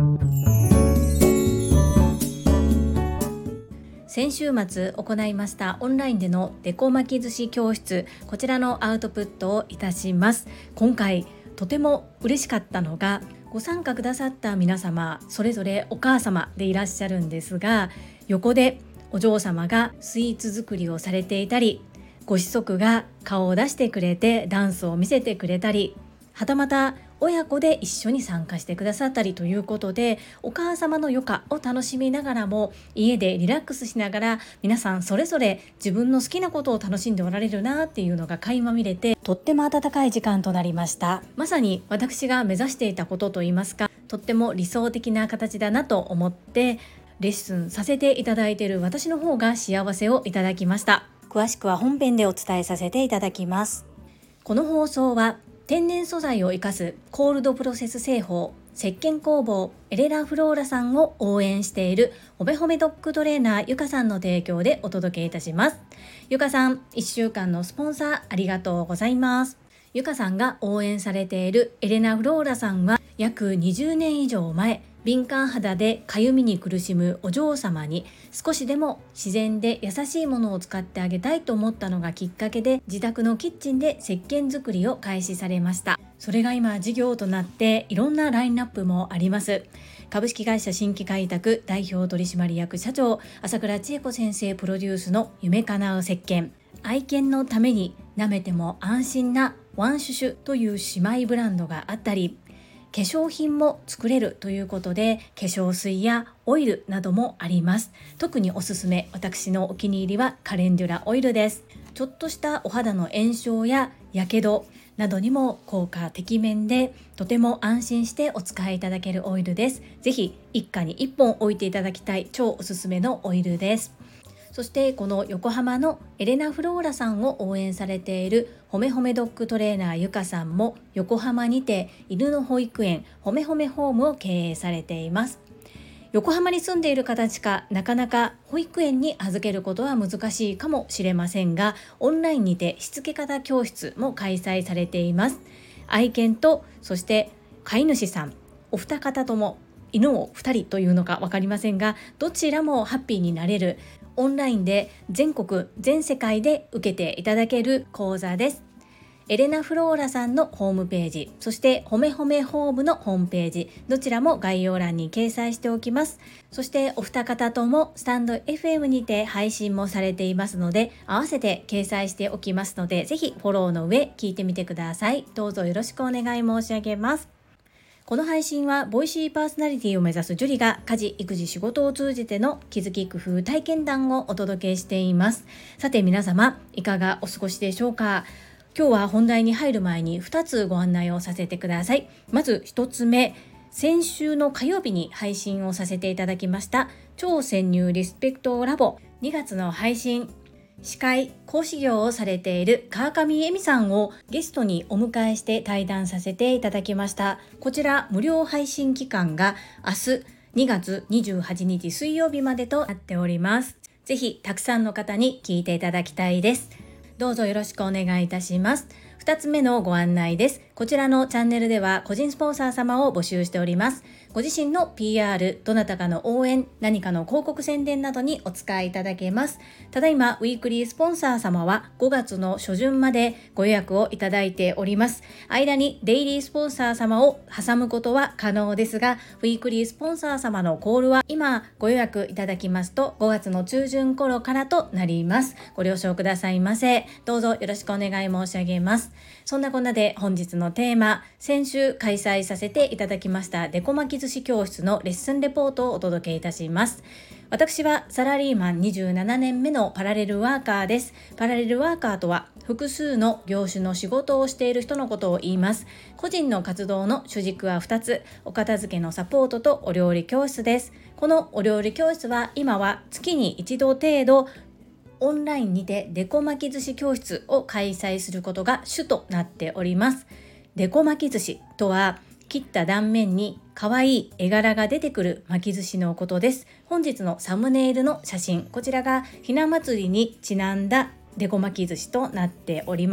先週末行いましたオンラインでのデコ巻き寿司教室、こちらのアウトプットをいたします。今回とても嬉しかったのが、ご参加くださった皆様それぞれお母様でいらっしゃるんですが、横でお嬢様がスイーツ作りをされていたり、ご子息が顔を出してくれてダンスを見せてくれたり、はたまた親子で一緒に参加してくださったりということで、お母様の余暇を楽しみながらも家でリラックスしながら、皆さんそれぞれ自分の好きなことを楽しんでおられるなっていうのが垣間見れて、とっても温かい時間となりました。まさに私が目指していたことといいますか、とっても理想的な形だなと思ってレッスンさせていただいている私の方が幸せをいただきました。詳しくは本編でお伝えさせていただきます。この放送は天然素材を生かすコールドプロセス製法石鹸工房エレラフローラさんを応援しているほめほめドッグトレーナーゆかさんの提供でお届けいたします。ゆかさん、1週間のスポンサーありがとうございます。ゆかさんが応援されているエレナフローラさんは約20年以上前、敏感肌でかゆみに苦しむお嬢様に少しでも自然で優しいものを使ってあげたいと思ったのがきっかけで、自宅のキッチンで石鹸作りを開始されました。それが今事業となっていろんなラインナップもあります。株式会社新規開拓代表取締役社長朝倉千恵子先生プロデュースの夢かなう石鹸、愛犬のために舐めても安心なワンシュシュという姉妹ブランドがあったり、化粧品も作れるということで化粧水やオイルなどもあります。特におすすめ、私のお気に入りはカレンデュラオイルです。ちょっとしたお肌の炎症ややけどなどにも効果てきめんで、とても安心してお使いいただけるオイルです。ぜひ一家に1本置いていただきたい超おすすめのオイルです。そしてこの横浜のエレナフローラさんを応援されているほめほめドッグトレーナーゆかさんも、横浜にて犬の保育園ほめほめホームを経営されています。横浜に住んでいる方しかなかなか保育園に預けることは難しいかもしれませんが、オンラインにてしつけ方教室も開催されています。愛犬とそして飼い主さんお二方とも、犬を2人というのか分かりませんが、どちらもハッピーになれるオンラインで全国全世界で受けていただける講座です。エレナフローラさんのホームページ、そしてほめほめホームのホームページ、どちらも概要欄に掲載しておきます。そしてお二方ともスタンド FM にて配信もされていますので、合わせて掲載しておきますので、ぜひフォローの上聞いてみてください。どうぞよろしくお願い申し上げます。この配信はボイシーパーソナリティを目指すジュリが家事育児仕事を通じての気づき工夫体験談をお届けしています。さて皆様いかがお過ごしでしょうか。今日は本題に入る前に2つご案内をさせてください。まず1つ目、先週の火曜日に配信をさせていただきました超潜入リスペクトラボ2月の配信、司会講師業をされている川上恵美さんをゲストにお迎えして対談させていただきました。こちら無料配信期間が明日2月28日水曜日までとなっております。ぜひたくさんの方に聞いていただきたいです。どうぞよろしくお願いいたします。2つ目のご案内です。こちらのチャンネルでは個人スポンサー様を募集しております。ご自身の PR、どなたかの応援、何かの広告宣伝などにお使いいただけます。ただいまウィークリースポンサー様は5月の初旬までご予約をいただいております。間にデイリースポンサー様を挟むことは可能ですが、ウィークリースポンサー様のコールは今ご予約いただきますと5月の中旬頃からとなります。ご了承くださいませ。どうぞよろしくお願い申し上げます。そんなこんなで本日のテーマ、先週開催させていただきましたデコ巻き寿司教室のレッスンレポートをお届けいたします。私はサラリーマン27年目のパラレルワーカーです。パラレルワーカーとは複数の業種の仕事をしている人のことを言います。個人の活動の主軸は2つ、お片付けのサポートとお料理教室です。このお料理教室は今は月に一度程度オンラインにてデコ巻き寿司教室を開催することが主となっております。デコ巻き寿司とは切った断面に可愛い絵柄が出てくる巻き寿司のことです。本日のサムネイルの写真、こちらがひな祭りにちなんだデコ巻き寿司となっております。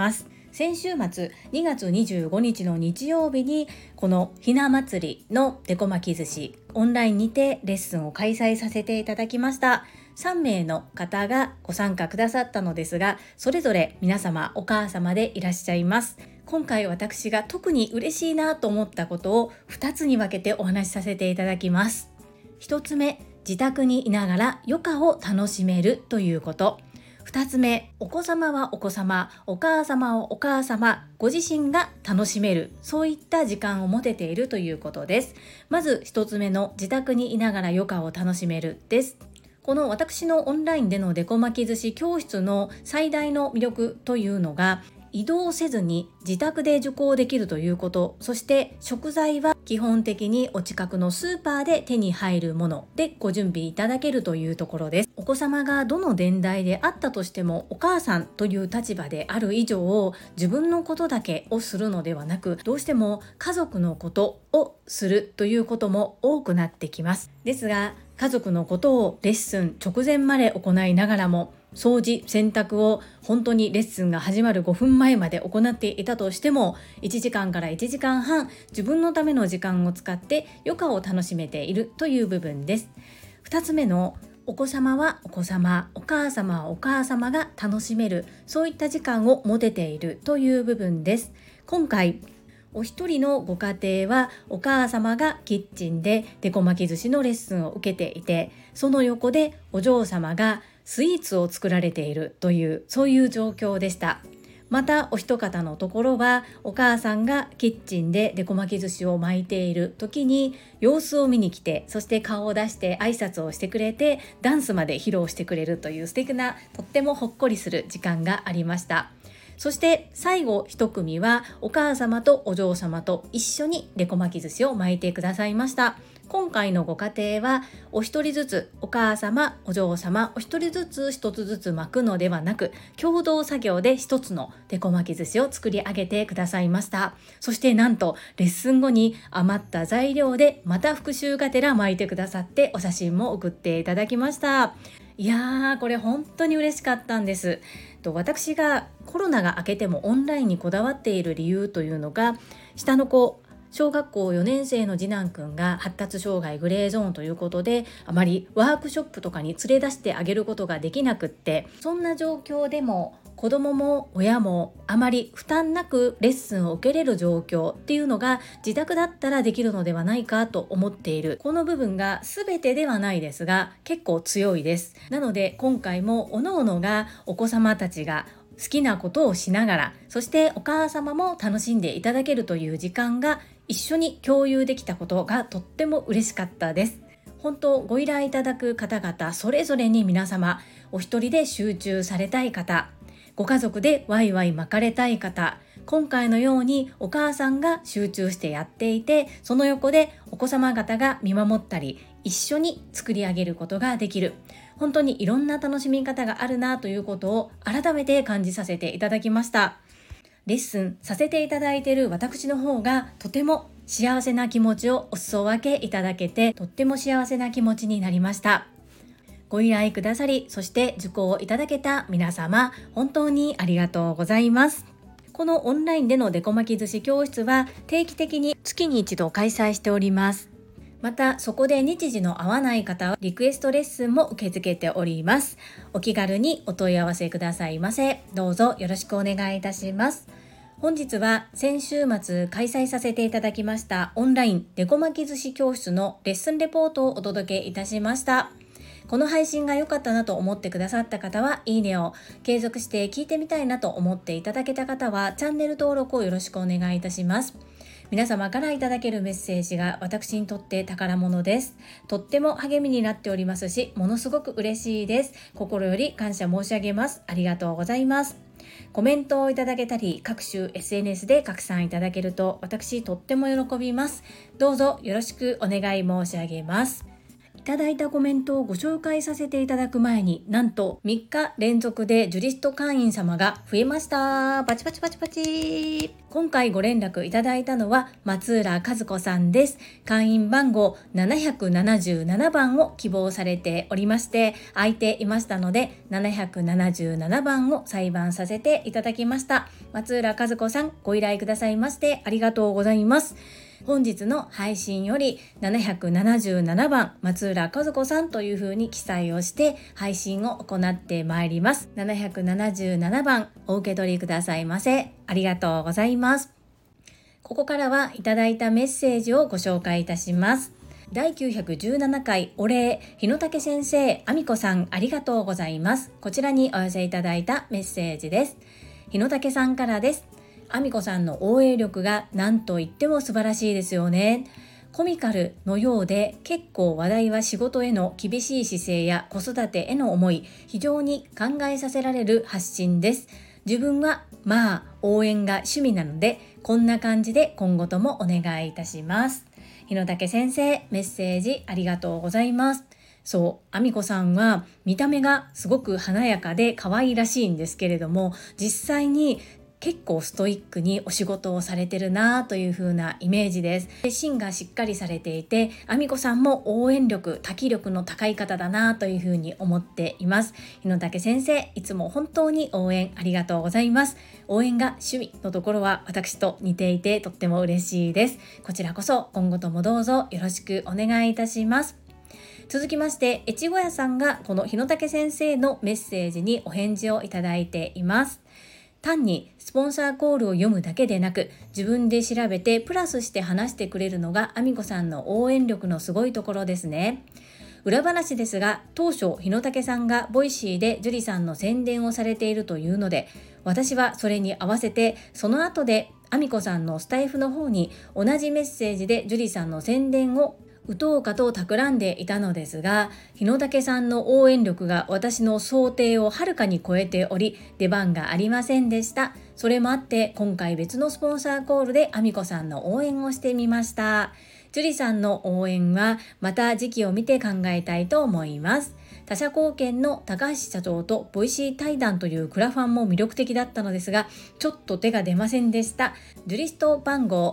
先週末2月25日の日曜日にこのひな祭りのデコ巻き寿司オンラインにてレッスンを開催させていただきました。3名の方がご参加くださったのですが、それぞれ皆様お母様でいらっしゃいます。今回私が特に嬉しいなと思ったことを2つに分けてお話しさせていただきます。1つ目、自宅にいながら余暇を楽しめるということ。2つ目、お子様はお子様、お母様はお母様、ご自身が楽しめる、そういった時間を持てているということです。まず1つ目の自宅にいながら余暇を楽しめるです。この私のオンラインでのデコ巻き寿司教室の最大の魅力というのが、移動せずに自宅で受講できるということ、そして食材は基本的にお近くのスーパーで手に入るものでご準備いただけるというところです。お子様がどの年代であったとしても、お母さんという立場である以上、自分のことだけをするのではなく、どうしても家族のことをするということも多くなってきます。ですが、家族のことをレッスン直前まで行いながらも、掃除、洗濯を本当にレッスンが始まる5分前まで行っていたとしても、1時間から1時間半自分のための時間を使って余暇を楽しめているという部分です。2つ目のお子様はお子様、お母様はお母様が楽しめる、そういった時間を持てているという部分です。今回お一人のご家庭はお母様がキッチンでデコ巻き寿司のレッスンを受けていて、その横でお嬢様がスイーツを作られているという、そういう状況でした。またお一方のところは、お母さんがキッチンでデコ巻き寿司を巻いている時に様子を見に来て、そして顔を出して挨拶をしてくれて、ダンスまで披露してくれるという素敵な、とってもほっこりする時間がありました。そして最後一組はお母様とお嬢様と一緒にデコ巻き寿司を巻いてくださいました。今回のご家庭はお一人ずつ、お母様、お嬢様お一人ずつ一つずつ巻くのではなく、共同作業で一つのデコ巻き寿司を作り上げてくださいました。そしてなんとレッスン後に余った材料でまた復習がてら巻いてくださって、お写真も送っていただきました。いやー、これ本当に嬉しかったんです。私がコロナが明けてもオンラインにこだわっている理由というのが、下の子、小学校4年生の次男くんが発達障害グレーゾーンということで、あまりワークショップとかに連れ出してあげることができなくって、そんな状況でも子供も親もあまり負担なくレッスンを受けれる状況っていうのが自宅だったらできるのではないかと思っている。この部分が全てではないですが結構強いです。なので今回も各々がお子様たちが好きなことをしながら、そしてお母様も楽しんでいただけるという時間が一緒に共有できたことがとっても嬉しかったです。本当ご依頼いただく方々それぞれに、皆様お一人で集中されたい方、ご家族でワイワイ巻かれたい方、今回のようにお母さんが集中してやっていて、その横でお子様方が見守ったり一緒に作り上げることができる、本当にいろんな楽しみ方があるなということを改めて感じさせていただきました。レッスンさせていただいている私の方がとても幸せな気持ちをお裾分けいただけて、とっても幸せな気持ちになりました。ご依頼くださり、そして受講いただけた皆様、本当にありがとうございます。このオンラインでのデコ巻き寿司教室は定期的に月に一度開催しております。またそこで日時の合わない方はリクエストレッスンも受け付けております。お気軽にお問い合わせくださいませ。どうぞよろしくお願いいたします。本日は先週末開催させていただきましたオンラインデコ巻き寿司教室のレッスンレポートをお届けいたしました。この配信が良かったなと思ってくださった方はいいねを、継続して聞いてみたいなと思っていただけた方はチャンネル登録をよろしくお願いいたします。皆様からいただけるメッセージが私にとって宝物です。とっても励みになっておりますし、ものすごく嬉しいです。心より感謝申し上げます。ありがとうございます。コメントをいただけたり、各種 SNS で拡散いただけると私とっても喜びます。どうぞよろしくお願い申し上げます。いただいたコメントをご紹介させていただく前に、なんと3日連続でジュリスト会員様が増えました。パチパチパチパチ。今回ご連絡いただいたのは松浦和子さんです。会員番号777番を希望されておりまして、空いていましたので777番を裁判させていただきました。松浦和子さん、ご依頼くださいましてありがとうございます。本日の配信より777番松浦和子さんというふうに記載をして配信を行ってまいります。777番お受け取りくださいませ。ありがとうございます。ここからはいただいたメッセージをご紹介いたします。第917回お礼、日野武先生、あみこさんありがとうございます。こちらにお寄せいただいたメッセージです。日野武さんからです。あみこさんの応援力が何と言っても素晴らしいですよね。コミカルのようで結構話題は仕事への厳しい姿勢や子育てへの思い、非常に考えさせられる発信です。自分は応援が趣味なのでこんな感じで今後ともお願いいたします。日野武先生、メッセージありがとうございます。そう、あみこさんは見た目がすごく華やかで可愛らしいんですけれども、実際に結構ストイックにお仕事をされてるなという風なイメージです。芯がしっかりされていて、あみこさんも応援力、多気力の高い方だなという風に思っています。日野武先生、いつも本当に応援ありがとうございます。応援が趣味のところは私と似ていてとっても嬉しいです。こちらこそ今後ともどうぞよろしくお願いいたします。続きまして、越後屋さんがこの日野武先生のメッセージにお返事をいただいています。単にスポンサーコールを読むだけでなく、自分で調べてプラスして話してくれるのがあみこさんの応援力のすごいところですね。裏話ですが、当初日野武さんがボイシーでジュリさんの宣伝をされているというので、私はそれに合わせてその後であみこさんのスタイフの方に同じメッセージでジュリさんの宣伝を打とうかと企んでいたのですが、日野武さんの応援力が私の想定をはるかに超えており、出番がありませんでした。それもあって今回別のスポンサーコールであみこさんの応援をしてみました。ジュリさんの応援はまた時期を見て考えたいと思います。他社貢献の高橋社長とボイシー対談というクラファンも魅力的だったのですが、ちょっと手が出ませんでした。ジュリスト番号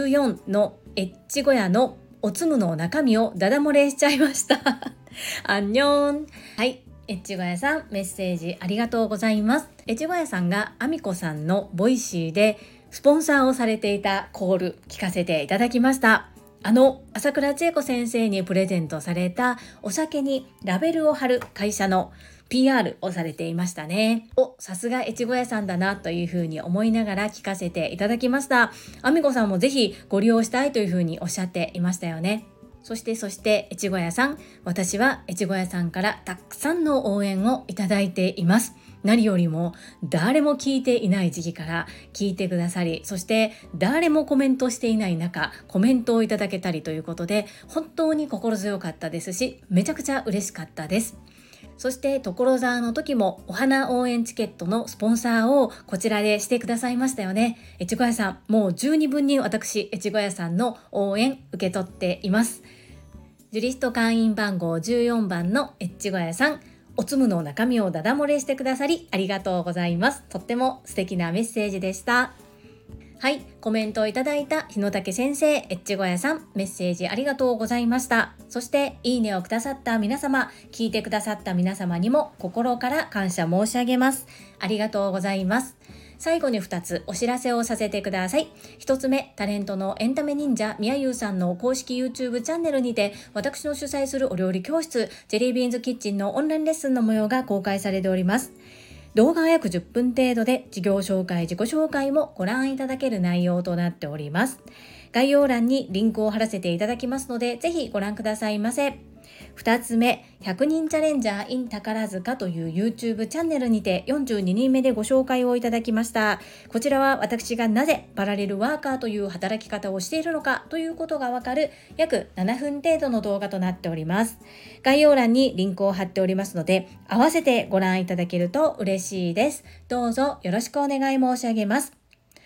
14の越後屋のおつむの中身をダダ漏れしちゃいましたアンニョン。はい、越後屋さんメッセージありがとうございます。越後屋さんがあみこさんのボイシーでスポンサーをされていたコール聞かせていただきました。朝倉千恵子先生にプレゼントされたお酒にラベルを貼る会社の PR をされていましたね。さすが越後屋さんだなというふうに思いながら聞かせていただきました。あみこさんもぜひご利用したいというふうにおっしゃっていましたよね。そして越後屋さん、私は越後屋さんからたくさんの応援をいただいています。何よりも誰も聞いていない時期から聞いてくださり、そして誰もコメントしていない中コメントをいただけたりということで、本当に心強かったですし、めちゃくちゃ嬉しかったです。そして所沢の時もお花応援チケットのスポンサーをこちらでしてくださいましたよね。越後屋さん、もう十二分に私越後屋さんの応援受け取っています。ジュリスト会員番号14番の越後屋さん、おつむの中身をダダ漏れしてくださりありがとうございます。とっても素敵なメッセージでした。はい、コメントをいただいた日野武先生、越後屋さん、メッセージありがとうございました。そしていいねをくださった皆様、聞いてくださった皆様にも心から感謝申し上げます。ありがとうございます。最後に2つお知らせをさせてください。1つ目、タレントのエンタメ忍者みやゆうさんの公式 YouTube チャンネルにて、私の主催するお料理教室ジェリービーンズキッチンのオンラインレッスンの模様が公開されております。動画は約10分程度で、事業紹介、自己紹介もご覧いただける内容となっております。概要欄にリンクを貼らせていただきますので、ぜひご覧くださいませ。2つ目、100人チャレンジャー in 宝塚という YouTube チャンネルにて42人目でご紹介をいただきました。こちらは私がなぜパラレルワーカーという働き方をしているのかということがわかる約7分程度の動画となっております。概要欄にリンクを貼っておりますので、合わせてご覧いただけると嬉しいです。どうぞよろしくお願い申し上げます。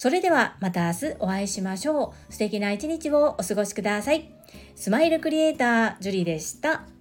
それではまた明日お会いしましょう。素敵な一日をお過ごしください。スマイルクリエイタージュリでした。